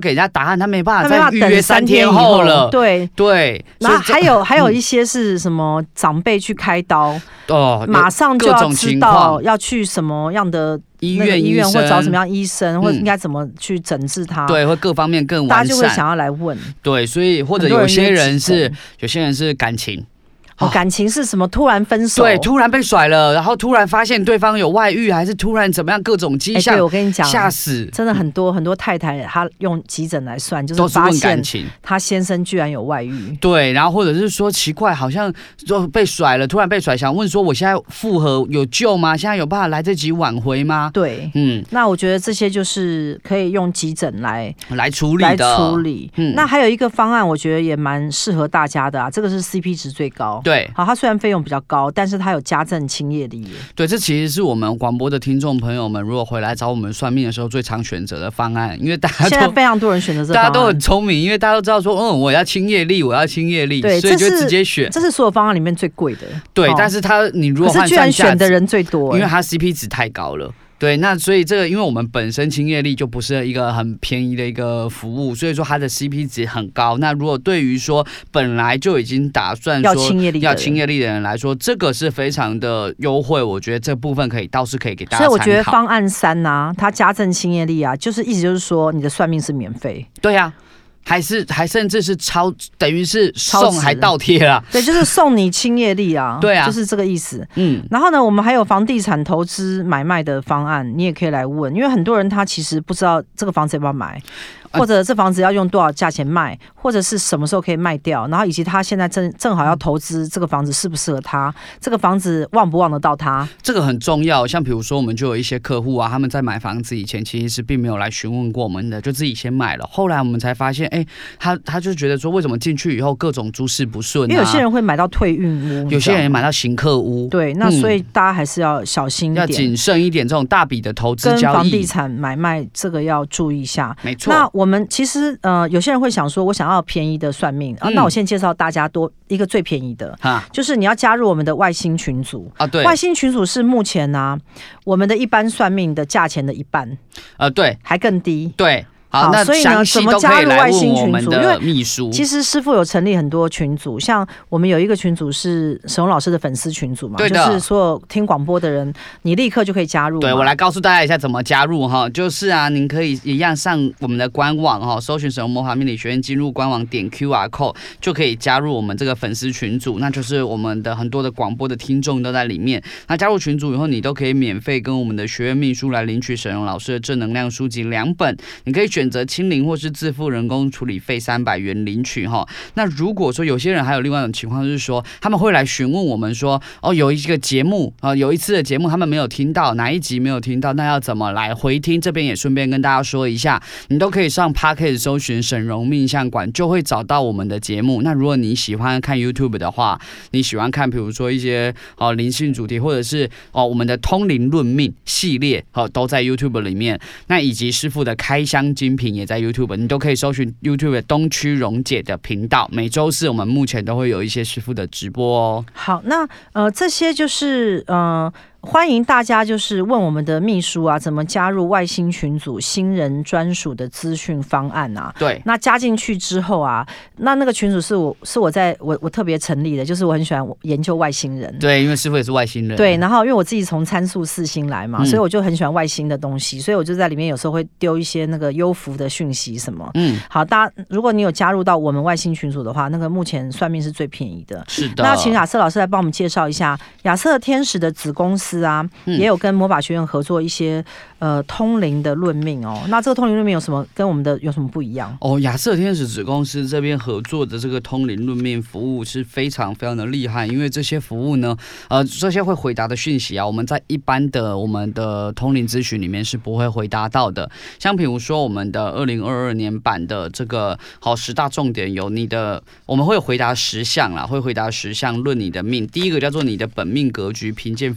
案，他没办法再预约三天后了。 对对， 然后还有还有一些是什么长辈去开刀，哦，马上就要知道要去什么样的医院，医院或找什么样医生，嗯、或者应该怎么去诊治他， 对，或各方面更完善， 大家就会想要来问。 对，所以或者有些人是有些人是感情。 哦，感情是什么？突然分手， 对，突然被甩了，然后突然发现对方有外遇，还是突然怎么样，各种迹象。 欸、对，我跟你讲， 吓死！ 真的很多很多太太，她用急诊来算，就是发现她先生居然有外遇。 对，然后或者是说奇怪，好像就被甩了，突然被甩，想问说我现在复合有救吗？现在有办法来得及挽回吗？ 对，嗯，那我觉得这些就是可以用急诊来来处理的， 来处理。嗯，那还有一个方案，我觉得也蛮适合大家的啊，这个是 C P 值最高。 对， 好，它虽然费用比较高，但是它有家政清业力。 对，这其实是我们广播的听众朋友们，如果回来找我们算命的时候，最常选择的方案，因为大家都现在非常多人选择这个方案， 大家都很聪明，因为大家都知道说，嗯，我要清业力，我要清业力， 对， 所以就直接选。 这是所有方案里面最贵的。 对，哦、但是它你如果换算价值，可是居然选的人最多， 因为它 C P 值太高了。对，那所以这个，因为我们本身清业力就不是一个很便宜的一个服务，所以说它的 C P 值很高。那如果对于说本来就已经打算说要清业力要清业力的人来说，这个是非常的优惠。我觉得这部分可以倒是可以给大家参考。 所以我觉得方案三啊，它家政清业力啊，就是意思就是说你的算命是免费。 对啊。还是还甚至是超，等于是送还倒贴啦。 对，就是送你清业力啊。 对啊， 就是这个意思。嗯，然后呢，我们还有房地产投资买卖的方案，你也可以来问，因为很多人他其实不知道这个房子要不要买。或者这房子要用多少价钱卖，或者是什么时候可以卖掉，然后以及他现在正正好要投资这个房子适不适合他，这个房子望不望得到他， 这个很重要。像比如说我们就有一些客户啊，他们在买房子以前其实是并没有来询问过我们的，就自己先买了，后来我们才发现，哎、欸，他他就觉得说为什么进去以后各种诸事不顺、啊， 因为有些人会买到退运屋， 有些人买到刑客屋， 对，那所以大家还是要小心一点， 要谨慎一点，这种大笔的投资交易跟房地产买卖这个要注意一下。 没错， 那我们其实。呃，有些人会想说，我想要便宜的算命、啊嗯、那我先介绍大家多一个最便宜的，就是你要加入我们的外星群组啊。对，外星群组是目前啊，我们的一般算命的价钱的一半， 呃，对， 还更低。 对。 好， 那所以呢，怎么加入外星群组？ 因为秘书其实师父有成立很多群组，像我们有一个群组是沈荣老师的粉丝群组嘛，就是所有听广播的人，你立刻就可以加入。 对，我来告诉大家一下怎么加入哈，就是啊，您可以一样上我们的官网哈，搜寻沈荣魔法命理学院，进入官网点 Q R code 就可以加入我们这个粉丝群组，那就是我们的很多的广播的听众都在里面。那加入群组以后，你都可以免费跟我们的学院秘书来领取沈荣老师的正能量书籍两本，你可以选择清零或是自付人工处理费三百元领取哈。那如果说有些人还有另外一种情况，就是说他们会来询问我们说，哦，有一个节目啊、呃，有一次的节目他们没有听到，哪一集没有听到，那要怎么来回听？这边也顺便跟大家说一下，你都可以上 Podcast 搜寻沈荣命相馆，就会找到我们的节目。那如果你喜欢看 YouTube 的话，你喜欢看比如说一些哦灵性主题，或者是哦我们的通灵论命系列，哦都在 YouTube 里面。那以及师父的开箱精品也在 YouTube。你都可以搜寻 YouTube 的东区荣姐的频道，每周四我们目前都会有一些师傅的直播哦。 好，那呃这些就是呃。欢迎大家就是问我们的秘书啊，怎么加入外星群组新人专属的资讯方案啊？ 对， 那加进去之后啊，那那个群组是我是我在我我特别成立的，就是我很喜欢研究外星人。 对，因为师傅也是外星人。 对，然后因为我自己从参数四星来嘛、嗯，所以我就很喜欢外星的东西，所以我就在里面有时候会丢一些那个幽浮的讯息什么。嗯，好，大家如果你有加入到我们外星群组的话，那个目前算命是最便宜的。 是的。 那请亚瑟老师来帮我们介绍一下亚瑟天使的子公司啊，嗯、也有跟魔法学院合作一些呃通灵的论命哦。那这个通灵论命有什么跟我们的有什么不一样？ 哦，亚瑟天使子公司这边合作的这个通灵论命服务是非常非常的厉害，因为这些服务呢，呃，这些会回答的讯息啊，我们在一般的我们的通灵咨询里面是不会回答到的。像比如说我们的二零二二年版的这个好十大重点有你的，我们会回答十项啦，会回答十项论你的命。第一个叫做你的本命格局、贫贱富贵跟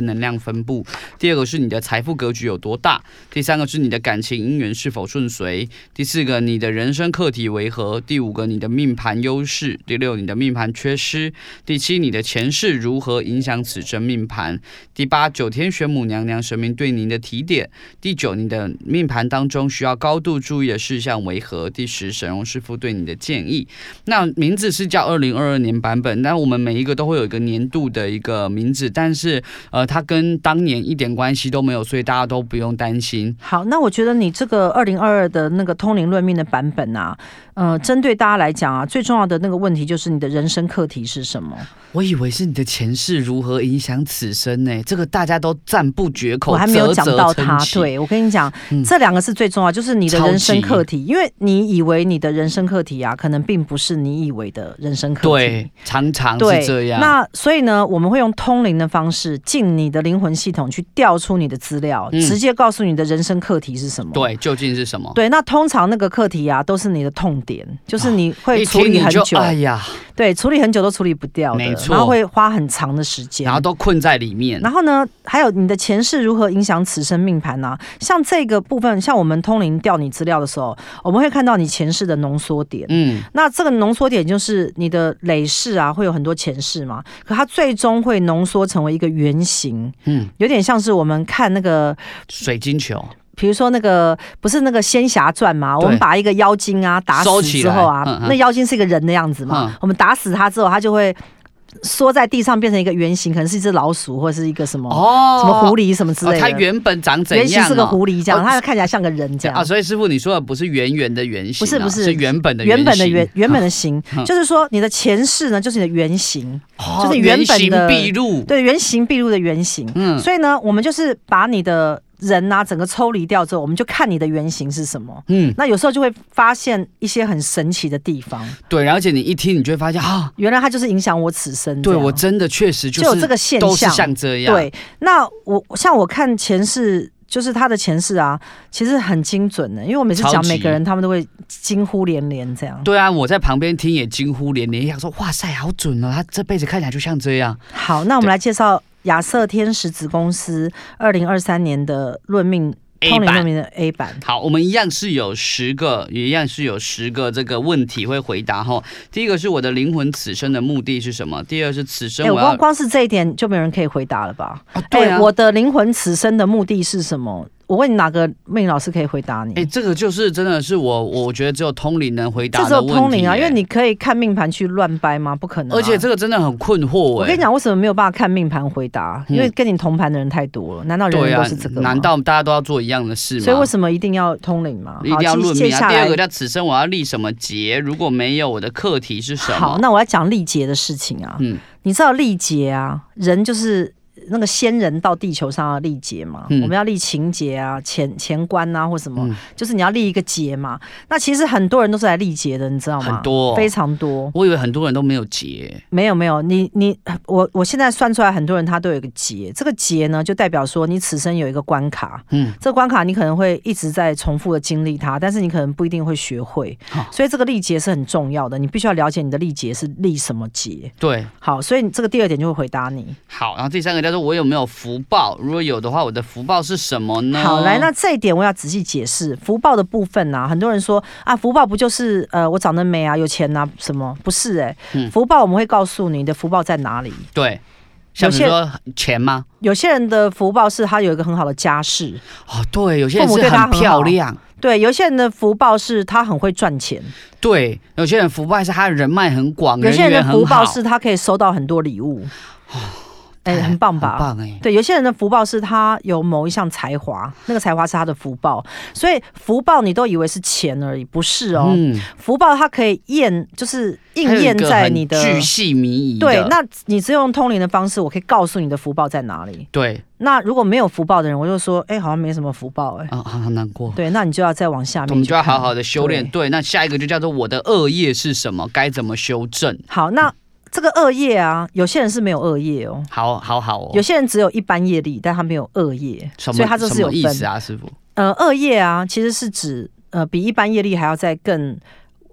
跟能量分布。第二个是你的财富格局有多大。第三个是你的感情姻缘是否顺遂。第四个你的人生课题为何。第五个你的命盘优势。第六你的命盘缺失。第七你的前世如何影响此生命盘。第八九天玄母娘娘神明对您的提点。第九你的命盘当中需要高度注意的事项为何。第十沈荣师傅对你的建议。那名字是叫二零二二年版本，但我们每一个都会有一个年度的一个名字，但是呃，它跟当年一点关系都没有，所以大家都不用担心。 好，那我觉得你这个二零二二的那个通灵论命的版本啊，呃，针对大家来讲啊，最重要的那个问题就是你的人生课题是什么？ 我以为是你的前世如何影响此生呢、欸？这个大家都赞不绝口， 我还没有讲到它。对，我跟你讲、嗯，这两个是最重要，就是你的人生课题，因为你以为你的人生课题啊，可能并不是你以为的人生课题。 对，常常是这样。 那所以呢，我们会用通灵的方式进你的灵魂系统去调出你的资料、嗯，直接告诉你的人生课题是什么。 对，究竟是什么？ 对，那通常那个课题啊，都是你的痛点，就是你会处理很久。 哎呀， 对，处理很久都处理不掉的， 没错， 然后会花很长的时间， 然后都困在里面。 然后呢，还有你的前世如何影响此生命盘啊？像这个部分，像我们通灵调你资料的时候，我们会看到你前世的浓缩点。嗯，那这个浓缩点就是你的累世啊，会有很多前世嘛，可它最终会浓缩成为一个圆形。嗯，有点像是我们看那个水晶球。 比如说那个不是那个仙侠传嘛，我们把一个妖精啊打死之后啊，嗯嗯那妖精是一个人的样子嘛、嗯，我们打死他之后，他就会缩在地上变成一个圆形，可能是一只老鼠或者是一个什么、哦、什么狐狸什么之类的。 它、哦、原本长怎样、哦？ 原型是个狐狸这样，它、哦、看起来像个人这样啊。所以师傅你说的不是圆圆的圆形、啊， 不是不是是原本的原原本的原原本的形、嗯，就是说你的前世呢，就是你的原型，哦、就是原本的原形毕露， 对，原形毕露的原型。嗯，所以呢，我们就是把你的人啊，整个抽离掉之后，我们就看你的原型是什么。嗯，那有时候就会发现一些很神奇的地方。 对，而且你一听，你就会发现啊， 原来它就是影响我此生。 对，我真的确实就是就有这个现象， 都是像这样。 对，那我像我看前世。就是他的前世啊，其实很精准的，因为我每次讲每个人，他们都会惊呼连连这样。 对啊，我在旁边听也惊呼连连，想说哇塞，好准哦，他这辈子看起来就像这样。 好，那我们来介绍亚瑟天使子公司二零二三年的论命。通灵论命的 A 版。 好，我们一样是有十个，也一样是有十个这个问题会回答哈。第一个是我的灵魂此生的目的是什么？第二是此生我要、 欸、光光是这一点就没有人可以回答了吧？ 啊对啊、 欸，我的灵魂此生的目的是什么？我问你哪个命老师可以回答你？ 哎、欸，这个就是真的是我，我觉得只有通灵能回答的问题、欸。 这只有通灵啊，因为你可以看命盘去乱掰吗？不可能、啊。 而且这个真的很困惑、欸。 我跟你讲，为什么没有办法看命盘回答？因为跟你同盘的人太多了。难道人人都是这个吗？ 啊、难道大家都要做一样的事吗？ 所以为什么一定要通灵吗？ 一定要论命啊。第二个叫此生我要立什么劫？如果没有，我的课题是什么？ 好，那我要讲历劫的事情啊。嗯，你知道历劫啊，人就是。那个仙人到地球上要历劫嘛、嗯，我们要历情劫啊、前前关啊，或什么、嗯，就是你要历一个劫嘛。那其实很多人都是来历劫的，你知道吗？ 很多， 非常多。 我以为很多人都没有劫。 没有没有，你你我我现在算出来，很多人他都有一个劫。这个劫呢，就代表说你此生有一个关卡。嗯，这个关卡你可能会一直在重复的经历它，但是你可能不一定会学会。哦、所以这个历劫是很重要的，你必须要了解你的历劫是历什么劫。 对， 好，所以这个第二点就会回答你。 好，然后第三个叫做我有没有福报？如果有的话，我的福报是什么呢？ 好，来，那这一点我要仔细解释。福报的部分啊，很多人说啊，福报不就是呃我长得美啊、有钱啊什么？不是哎、欸嗯，福报我们会告诉你的福报在哪里。 对，像比如说钱吗？ 有些人的福报是他有一个很好的家世。 哦，对，有些人是很漂亮。 对，有些人的福报是他很会赚钱。 对，有些人福报是他人脉很广， 有些人的福报是他可以收到很多礼物。哎、欸，很棒吧？ 很棒哎、欸！ 对，有些人的福报是他有某一项才华，那个才华是他的福报，所以福报你都以为是钱而已，不是哦。嗯、福报它可以验，就是应验在你的巨细靡遗。 对，那你只有用通灵的方式，我可以告诉你的福报在哪里。 对， 那如果没有福报的人，我就说，哎、欸，好像没什么福报、欸，哎， 啊，好难过。 对，那你就要再往下面， 我们就要好好的修炼。对，那下一个就叫做我的恶业是什么？该怎么修正？ 好，那。这个恶业啊，有些人是没有恶业哦， 好好好哦。 有些人只有一般业力，但他没有恶业，所以他这是有分。 什么意思啊，师傅？ 呃，恶业啊，其实是指呃比一般业力还要再更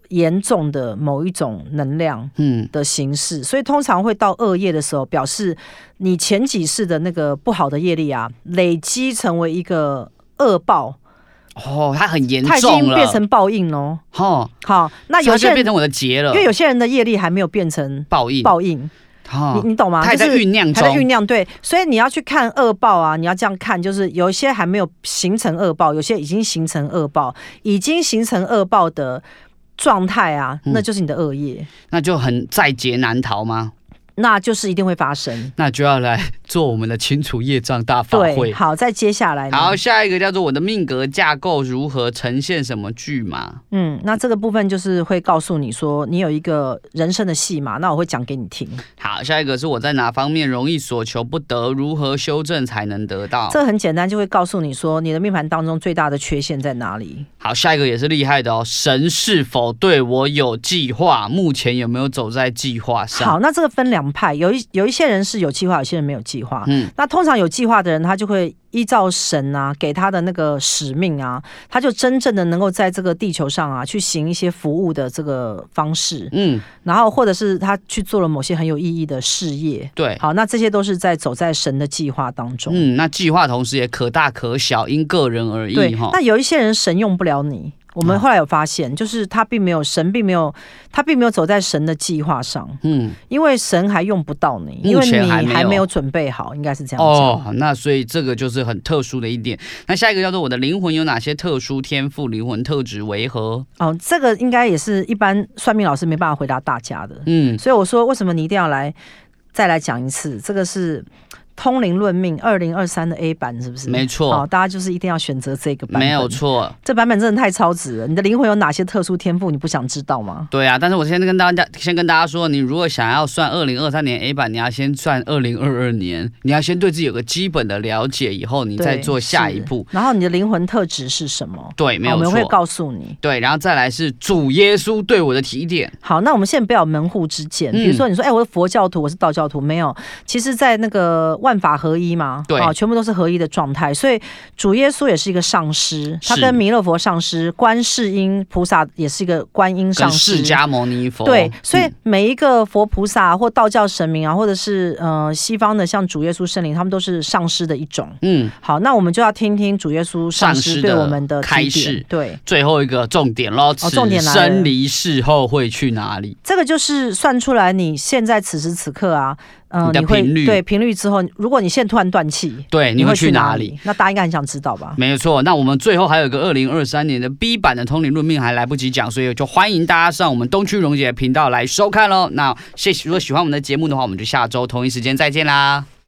严重的某一种能量的形式，嗯、所以通常会到恶业的时候，表示你前几世的那个不好的业力啊，累积成为一个恶报。 哦，它很严重了， 它已经变成报应喽。哦，好，那有些人变成我的劫了， 因为有些人的业力还没有变成报应， 报应。哦、你你懂吗？ 它还在酝酿中， 还在酝酿。对，所以你要去看恶报啊，你要这样看，就是有一些还没有形成恶报，有些已经形成恶报，已经形成恶报的状态啊，那就是你的恶业， 嗯、那就很在劫难逃吗？ 那就是一定会发生， 那就要来做我们的清除业障大法会。 对，好，再接下来呢， 好，下一个叫做我的命格架构如何呈现什么剧码。 嗯，那这个部分就是会告诉你说你有一个人生的戏码，那我会讲给你听。 好，下一个是我在哪方面容易所求不得，如何修正才能得到。 这个很简单，就会告诉你说你的命盘当中最大的缺陷在哪里。 好，下一个也是厉害的哦，神是否对我有计划？目前有没有走在计划上？ 好，那这个分两派，有一有一些人是有计划，有些人没有计划。嗯，那通常有计划的人，他就会依照神啊给他的那个使命啊，他就真正的能够在这个地球上啊去行一些服务的这个方式。嗯，然后或者是他去做了某些很有意义的事业。 对， 好，那这些都是在走在神的计划当中。 嗯，那计划同时也可大可小，因个人而异。 对，那有一些人神用不了你。我们后来有发现，就是他并没有神，并没有他并没有走在神的计划上，嗯，因为神还用不到你，因为你还没有准备好，应该是这样讲。 哦，那所以这个就是很特殊的一点。那下一个叫做我的灵魂有哪些特殊天赋？灵魂特质为何？ 哦，这个应该也是一般算命老师没办法回答大家的，嗯，所以我说为什么你一定要来再来讲一次？这个是。通灵论命二零二三的 A 版是不是？ 没错， 好，大家就是一定要选择这个版本。 没有错， 这版本真的太超值了。你的灵魂有哪些特殊天赋？你不想知道吗？ 对啊，但是我先跟大家先跟大家说，你如果想要算二零二三年 A 版，你要先算二零二二年，你要先对自己有个基本的了解，以后你再做下一步。 然后你的灵魂特质是什么？ 对，没有错， 我们会告诉你。 对，然后再来是主耶稣对我的提点。 好，那我们现在不要有门户之见，比如说你说，哎、欸，我是佛教徒，我是道教徒，没有。其实，在那个万法合一嘛。 对、 哦，全部都是合一的状态，所以主耶稣也是一个上师，他跟弥勒佛上师，观世音菩萨也是一个观音上师， 释迦牟尼佛。 对，所以每一个佛菩萨或道教神明啊，或者是呃西方的像主耶稣圣灵，他们都是上师的一种。嗯，好，那我们就要听听主耶稣上师对我们的开示。 对， 最后一个重点咯， 哦，重点来了， 生离世后会去哪里？ 这个就是算出来你现在此时此刻啊。 嗯、呃，你会对频率之后，如果你现在突然断气， 对，你会去哪里？ 那大家应该很想知道吧？ 没有错。那我们最后还有一个二零二三年的 B 版的通灵论命还来不及讲，所以就欢迎大家上我们东区荣姐频道来收看喽。那谢谢，如果喜欢我们的节目的话，我们就下周同一时间再见啦。